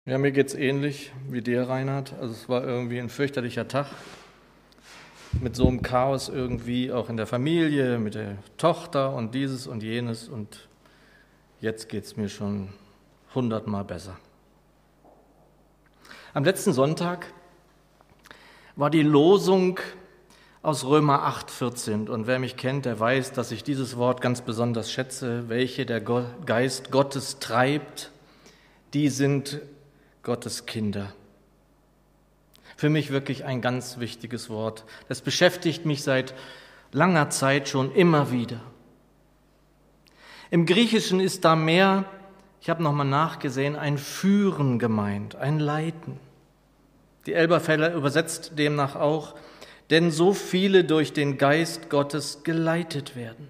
Ja, mir geht's ähnlich wie dir, Reinhard. Also es war irgendwie ein fürchterlicher Tag mit so einem Chaos irgendwie auch in der Familie, mit der Tochter und dieses und jenes und jetzt geht's mir schon 100-mal besser. Am letzten Sonntag war die Losung aus Römer 8,14 und wer mich kennt, der weiß, dass ich dieses Wort ganz besonders schätze. Welche der Geist Gottes treibt, die sind Gottes Kinder. Für mich wirklich ein ganz wichtiges Wort. Das beschäftigt mich seit langer Zeit schon immer wieder. Im Griechischen ist da mehr, ich habe nochmal nachgesehen, ein Führen gemeint, ein Leiten. Die Elberfelder übersetzt demnach auch, denn so viele durch den Geist Gottes geleitet werden.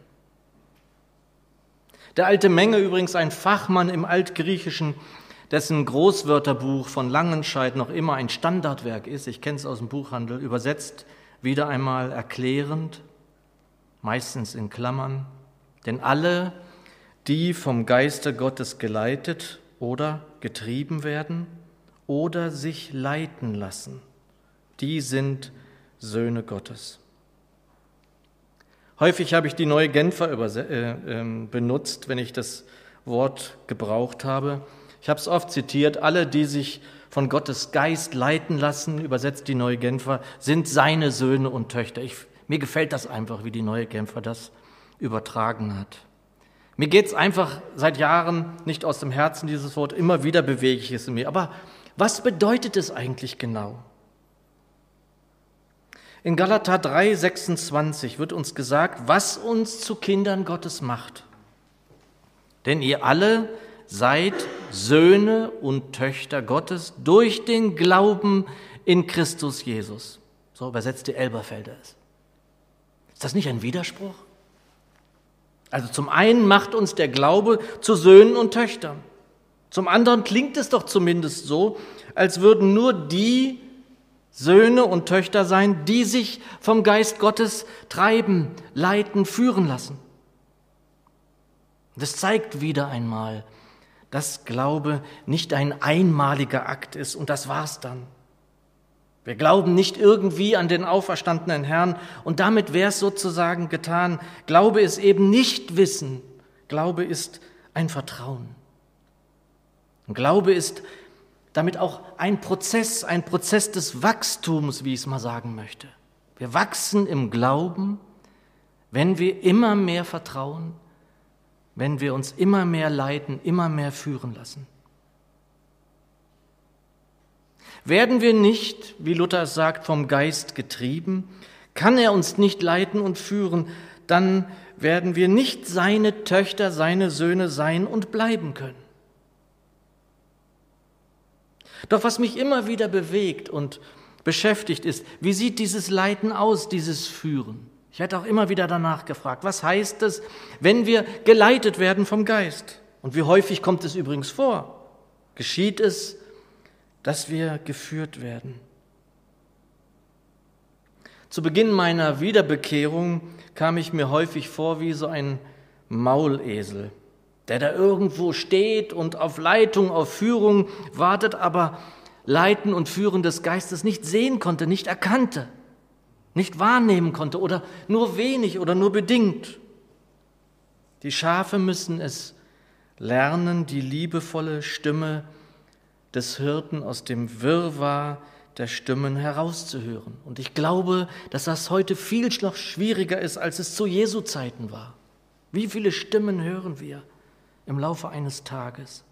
Der alte Menge, übrigens ein Fachmann im Altgriechischen, dessen Großwörterbuch von Langenscheidt noch immer ein Standardwerk ist, ich kenne es aus dem Buchhandel, übersetzt wieder einmal erklärend, meistens in Klammern, denn alle, die vom Geiste Gottes geleitet oder getrieben werden oder sich leiten lassen, die sind Söhne Gottes. Häufig habe ich die Neue Genfer benutzt, wenn ich das Wort gebraucht habe. Ich habe es oft zitiert, alle, die sich von Gottes Geist leiten lassen, übersetzt die Neue Genfer, sind seine Söhne und Töchter. Mir gefällt das einfach, wie die Neue Genfer das übertragen hat. Mir geht es einfach seit Jahren nicht aus dem Herzen, dieses Wort, immer wieder bewege ich es in mir. Aber was bedeutet es eigentlich genau? In Galater 3,26 wird uns gesagt, was uns zu Kindern Gottes macht. Denn ihr alle seid Söhne und Töchter Gottes durch den Glauben in Christus Jesus. So übersetzt die Elberfelder es. Ist das nicht ein Widerspruch? Also zum einen macht uns der Glaube zu Söhnen und Töchtern. Zum anderen klingt es doch zumindest so, als würden nur die Söhne und Töchter sein, die sich vom Geist Gottes treiben, leiten, führen lassen. Das zeigt wieder einmal, dass Glaube nicht ein einmaliger Akt ist und das war's dann. Wir glauben nicht irgendwie an den auferstandenen Herrn und damit wäre es sozusagen getan. Glaube ist eben nicht Wissen, Glaube ist ein Vertrauen. Und Glaube ist damit auch ein Prozess des Wachstums, wie ich es mal sagen möchte. Wir wachsen im Glauben, wenn wir immer mehr vertrauen, wenn wir uns immer mehr leiten, immer mehr führen lassen. Werden wir nicht, wie Luther es sagt, vom Geist getrieben, kann er uns nicht leiten und führen, dann werden wir nicht seine Töchter, seine Söhne sein und bleiben können. Doch was mich immer wieder bewegt und beschäftigt ist, wie sieht dieses Leiten aus, dieses Führen? Ich werde auch immer wieder danach gefragt, was heißt es, wenn wir geleitet werden vom Geist? Und wie häufig kommt es übrigens vor? Geschieht es, dass wir geführt werden? Zu Beginn meiner Wiederbekehrung kam ich mir häufig vor wie so ein Maulesel, der da irgendwo steht und auf Leitung, auf Führung wartet, aber Leiten und Führen des Geistes nicht sehen konnte, nicht erkannte, nicht wahrnehmen konnte oder nur wenig oder nur bedingt. Die Schafe müssen es lernen, die liebevolle Stimme des Hirten aus dem Wirrwarr der Stimmen herauszuhören. Und ich glaube, dass das heute viel noch schwieriger ist, als es zu Jesu Zeiten war. Wie viele Stimmen hören wir im Laufe eines Tages?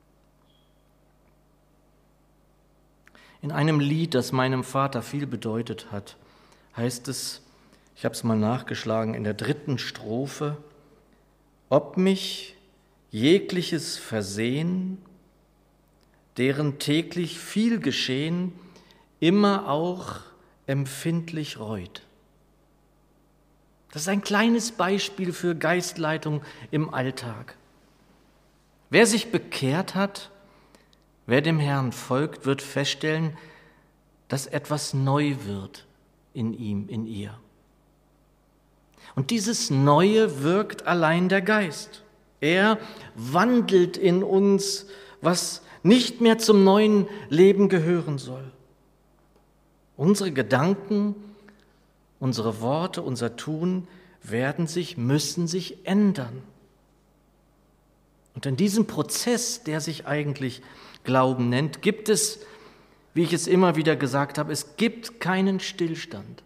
In einem Lied, das meinem Vater viel bedeutet hat, heißt es, ich habe es mal nachgeschlagen, in der 3. Strophe, ob mich jegliches Versehen, deren täglich viel geschehen, immer auch empfindlich reut. Das ist ein kleines Beispiel für Geistleitung im Alltag. Wer sich bekehrt hat, wer dem Herrn folgt, wird feststellen, dass etwas neu wird in ihm, in ihr. Und dieses Neue wirkt allein der Geist. Er wandelt in uns, was nicht mehr zum neuen Leben gehören soll. Unsere Gedanken, unsere Worte, unser Tun müssen sich ändern. Und in diesem Prozess, der sich eigentlich Glauben nennt, gibt es, wie ich es immer wieder gesagt habe, es gibt keinen Stillstand.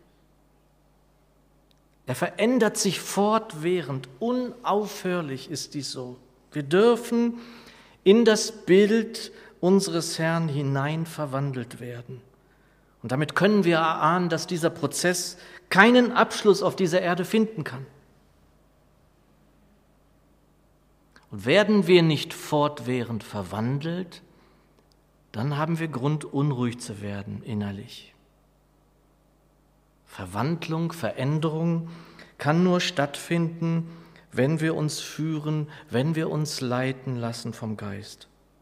Er verändert sich fortwährend, unaufhörlich ist dies so. Wir dürfen in das Bild unseres Herrn hinein verwandelt werden. Und damit können wir erahnen, dass dieser Prozess keinen Abschluss auf dieser Erde finden kann. Und werden wir nicht fortwährend verwandelt, dann haben wir Grund, unruhig zu werden innerlich. Verwandlung, Veränderung kann nur stattfinden, wenn wir uns führen, wenn wir uns leiten lassen vom Geist.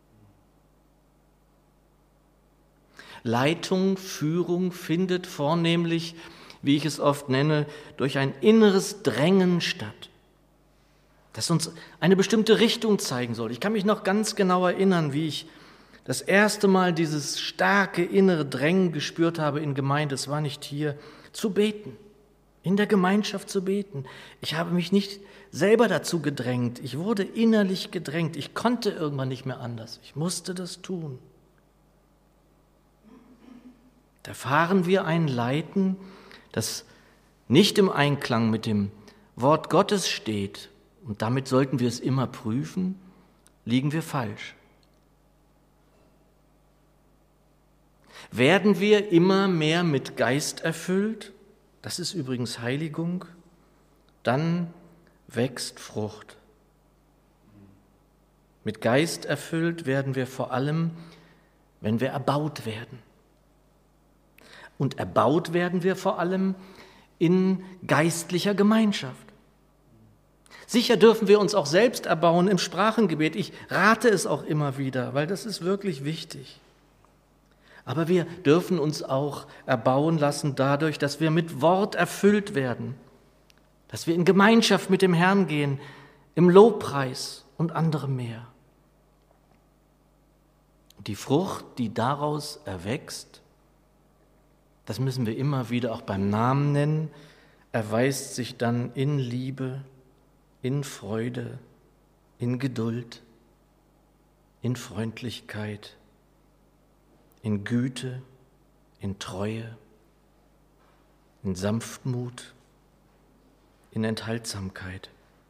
Leitung, Führung findet vornehmlich, wie ich es oft nenne, durch ein inneres Drängen statt, das uns eine bestimmte Richtung zeigen soll. Ich kann mich noch ganz genau erinnern, wie ich das erste Mal dieses starke innere Drängen gespürt habe in Gemeinde, es war nicht hier, zu beten, in der Gemeinschaft zu beten. Ich habe mich nicht selber dazu gedrängt, ich wurde innerlich gedrängt, ich konnte irgendwann nicht mehr anders, ich musste das tun. Da erfahren wir ein Leiten, das nicht im Einklang mit dem Wort Gottes steht, und damit sollten wir es immer prüfen, liegen wir falsch. Werden wir immer mehr mit Geist erfüllt, das ist übrigens Heiligung, dann wächst Frucht. Mit Geist erfüllt werden wir vor allem, wenn wir erbaut werden. Und erbaut werden wir vor allem in geistlicher Gemeinschaft. Sicher dürfen wir uns auch selbst erbauen im Sprachengebet. Ich rate es auch immer wieder, weil das ist wirklich wichtig. Aber wir dürfen uns auch erbauen lassen dadurch, dass wir mit Wort erfüllt werden, dass wir in Gemeinschaft mit dem Herrn gehen, im Lobpreis und anderem mehr. Die Frucht, die daraus erwächst, das müssen wir immer wieder auch beim Namen nennen, erweist sich dann in Liebe, in Freude, in Geduld, in Freundlichkeit, in Güte, in Treue, in Sanftmut, in Enthaltsamkeit.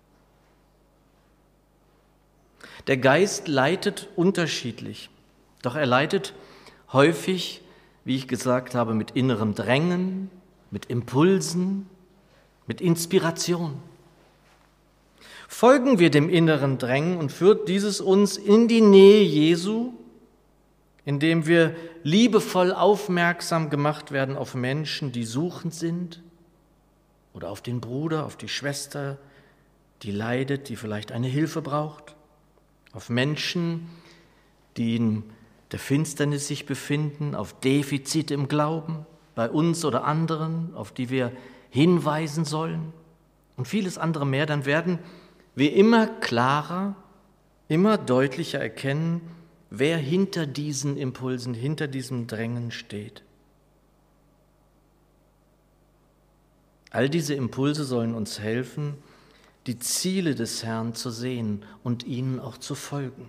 Der Geist leitet unterschiedlich, doch er leitet häufig, wie ich gesagt habe, mit innerem Drängen, mit Impulsen, mit Inspiration. Folgen wir dem inneren Drängen und führt dieses uns in die Nähe Jesu, indem wir liebevoll aufmerksam gemacht werden auf Menschen, die suchend sind, oder auf den Bruder, auf die Schwester, die leidet, die vielleicht eine Hilfe braucht, auf Menschen, die in der Finsternis sich befinden, auf Defizite im Glauben, bei uns oder anderen, auf die wir hinweisen sollen und vieles andere mehr, dann werden wir immer klarer, immer deutlicher erkennen, wer hinter diesen Impulsen, hinter diesem Drängen steht. All diese Impulse sollen uns helfen, die Ziele des Herrn zu sehen und ihnen auch zu folgen.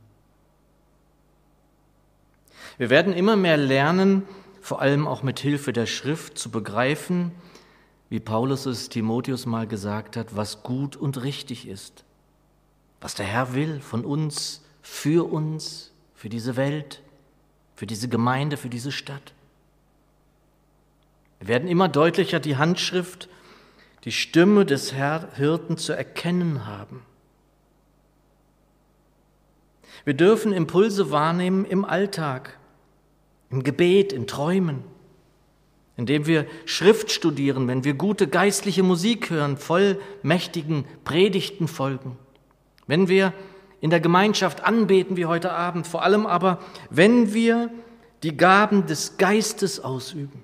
Wir werden immer mehr lernen, vor allem auch mit Hilfe der Schrift zu begreifen, wie Paulus es Timotheus mal gesagt hat, was gut und richtig ist, was der Herr will von uns, für diese Welt, für diese Gemeinde, für diese Stadt. Wir werden immer deutlicher die Handschrift, die Stimme des Hirten zu erkennen haben. Wir dürfen Impulse wahrnehmen im Alltag, im Gebet, in Träumen, indem wir Schrift studieren, wenn wir gute geistliche Musik hören, vollmächtigen Predigten folgen, wenn wir in der Gemeinschaft anbeten wie heute Abend, vor allem aber, wenn wir die Gaben des Geistes ausüben.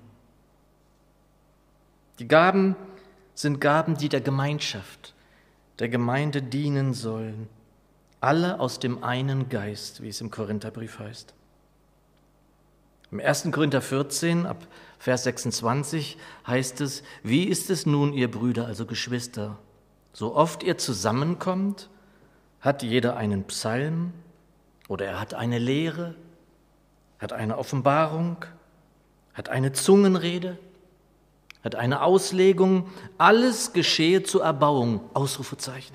Die Gaben sind Gaben, die der Gemeinschaft, der Gemeinde dienen sollen, alle aus dem einen Geist, wie es im Korintherbrief heißt. Im 1. Korinther 14, ab Vers 26 heißt es, wie ist es nun, ihr Brüder, also Geschwister, so oft ihr zusammenkommt, hat jeder einen Psalm oder er hat eine Lehre, hat eine Offenbarung, hat eine Zungenrede, hat eine Auslegung, alles geschehe zur Erbauung, Ausrufezeichen.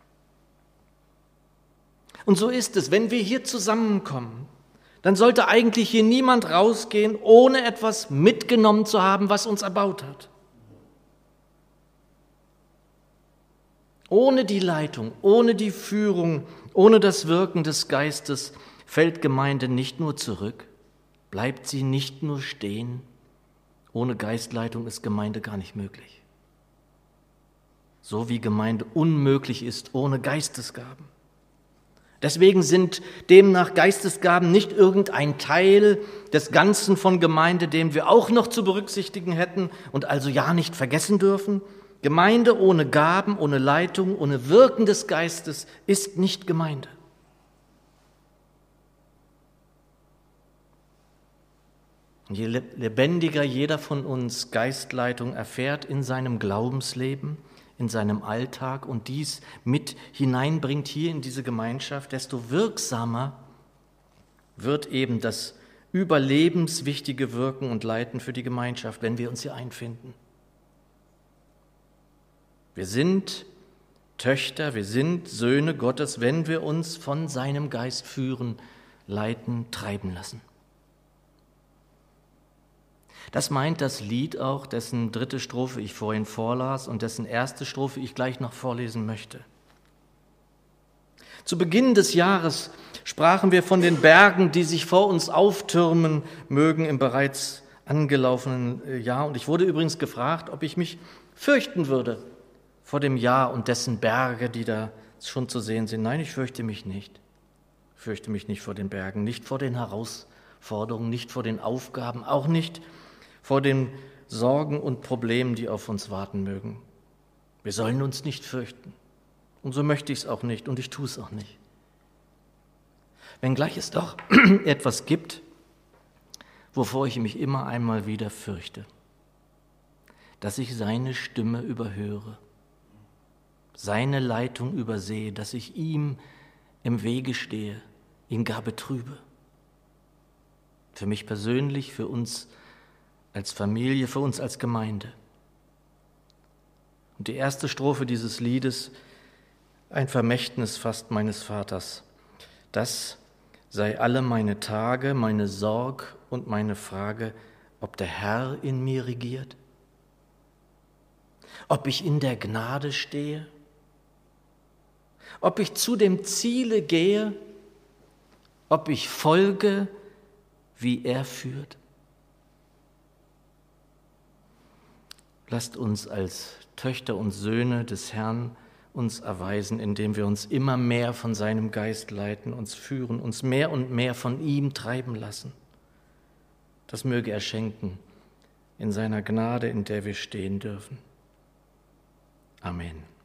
Und so ist es, wenn wir hier zusammenkommen, dann sollte eigentlich hier niemand rausgehen, ohne etwas mitgenommen zu haben, was uns erbaut hat. Ohne die Leitung, ohne die Führung, ohne das Wirken des Geistes fällt Gemeinde nicht nur zurück, bleibt sie nicht nur stehen. Ohne Geistleitung ist Gemeinde gar nicht möglich. So wie Gemeinde unmöglich ist ohne Geistesgaben. Deswegen sind demnach Geistesgaben nicht irgendein Teil des Ganzen von Gemeinde, den wir auch noch zu berücksichtigen hätten und also ja nicht vergessen dürfen. Gemeinde ohne Gaben, ohne Leitung, ohne Wirken des Geistes ist nicht Gemeinde. Je lebendiger jeder von uns Geistleitung erfährt in seinem Glaubensleben, in seinem Alltag und dies mit hineinbringt hier in diese Gemeinschaft, desto wirksamer wird eben das überlebenswichtige Wirken und Leiten für die Gemeinschaft, wenn wir uns hier einfinden. Wir sind Töchter, wir sind Söhne Gottes, wenn wir uns von seinem Geist führen, leiten, treiben lassen. Das meint das Lied auch, dessen 3. Strophe ich vorhin vorlas und dessen 1. Strophe ich gleich noch vorlesen möchte. Zu Beginn des Jahres sprachen wir von den Bergen, die sich vor uns auftürmen mögen im bereits angelaufenen Jahr. Und ich wurde übrigens gefragt, ob ich mich fürchten würde vor dem Jahr und dessen Berge, die da schon zu sehen sind. Nein, ich fürchte mich nicht. Ich fürchte mich nicht vor den Bergen, nicht vor den Herausforderungen, nicht vor den Aufgaben, auch nicht vor den Sorgen und Problemen, die auf uns warten mögen. Wir sollen uns nicht fürchten. Und so möchte ich es auch nicht und ich tue es auch nicht. Wenngleich es doch etwas gibt, wovor ich mich immer einmal wieder fürchte, dass ich seine Stimme überhöre, seine Leitung übersehe, dass ich ihm im Wege stehe, ihn gar betrübe. Für mich persönlich, für uns als Familie, für uns als Gemeinde. Und die 1. Strophe dieses Liedes, ein Vermächtnis fast meines Vaters. Das sei alle meine Tage, meine Sorg und meine Frage, ob der Herr in mir regiert, ob ich in der Gnade stehe, ob ich zu dem Ziele gehe, ob ich folge, wie er führt. Lasst uns als Töchter und Söhne des Herrn uns erweisen, indem wir uns immer mehr von seinem Geist leiten, uns führen, uns mehr und mehr von ihm treiben lassen. Das möge er schenken in seiner Gnade, in der wir stehen dürfen. Amen.